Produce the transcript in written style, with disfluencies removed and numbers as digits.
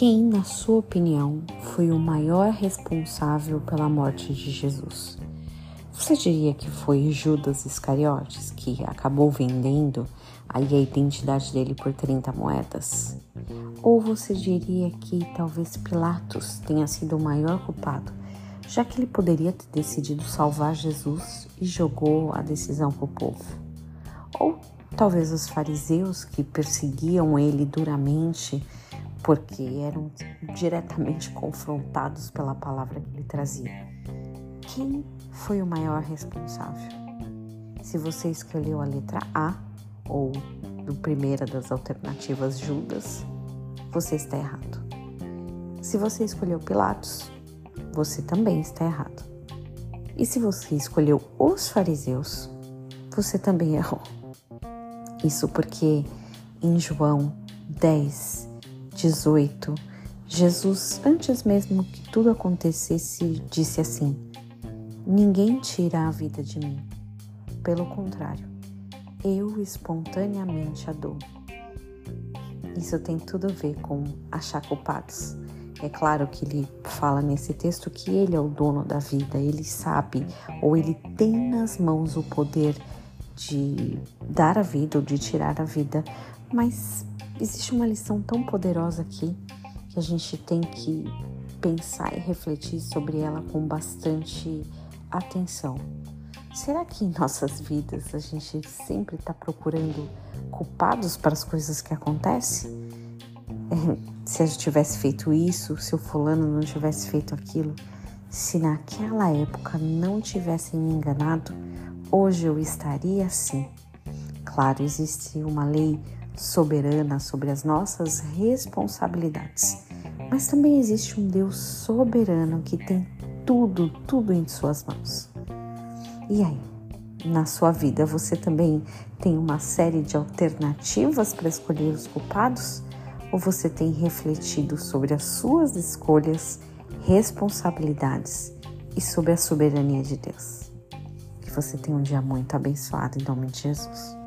Quem, na sua opinião, foi o maior responsável pela morte de Jesus? Você diria que foi Judas Iscariotes, que acabou vendendo aí a identidade dele por 30 moedas? Ou você diria que talvez Pilatos tenha sido o maior culpado, já que ele poderia ter decidido salvar Jesus e jogou a decisão para o povo? Ou talvez os fariseus, que perseguiam ele duramente porque eram diretamente confrontados pela palavra que ele trazia? Quem foi o maior responsável? Se você escolheu a letra A, ou a primeira das alternativas Judas, você está errado. Se você escolheu Pilatos, você também está errado. E se você escolheu os fariseus, você também errou. Isso porque em João 10:18, Jesus, antes mesmo que tudo acontecesse, disse assim: ninguém tira a vida de mim. Pelo contrário, eu espontaneamente a dou. Isso tem tudo a ver com achar culpados. É claro que ele fala nesse texto que ele é o dono da vida, ele sabe, ou ele tem nas mãos o poder de dar a vida ou de tirar a vida, mas existe uma lição tão poderosa aqui que a gente tem que pensar e refletir sobre ela com bastante atenção. Será que em nossas vidas a gente sempre está procurando culpados para as coisas que acontecem? Se eu tivesse feito isso, se o fulano não tivesse feito aquilo, se naquela época não tivessem me enganado, hoje eu estaria assim. Claro, existe uma lei soberana sobre as nossas responsabilidades, mas também existe um Deus soberano que tem tudo em suas mãos. E aí, na sua vida, você também tem uma série de alternativas para escolher os culpados? Ou você tem refletido sobre as suas escolhas, responsabilidades e sobre a soberania de Deus? Que você tenha um dia muito abençoado em nome de Jesus.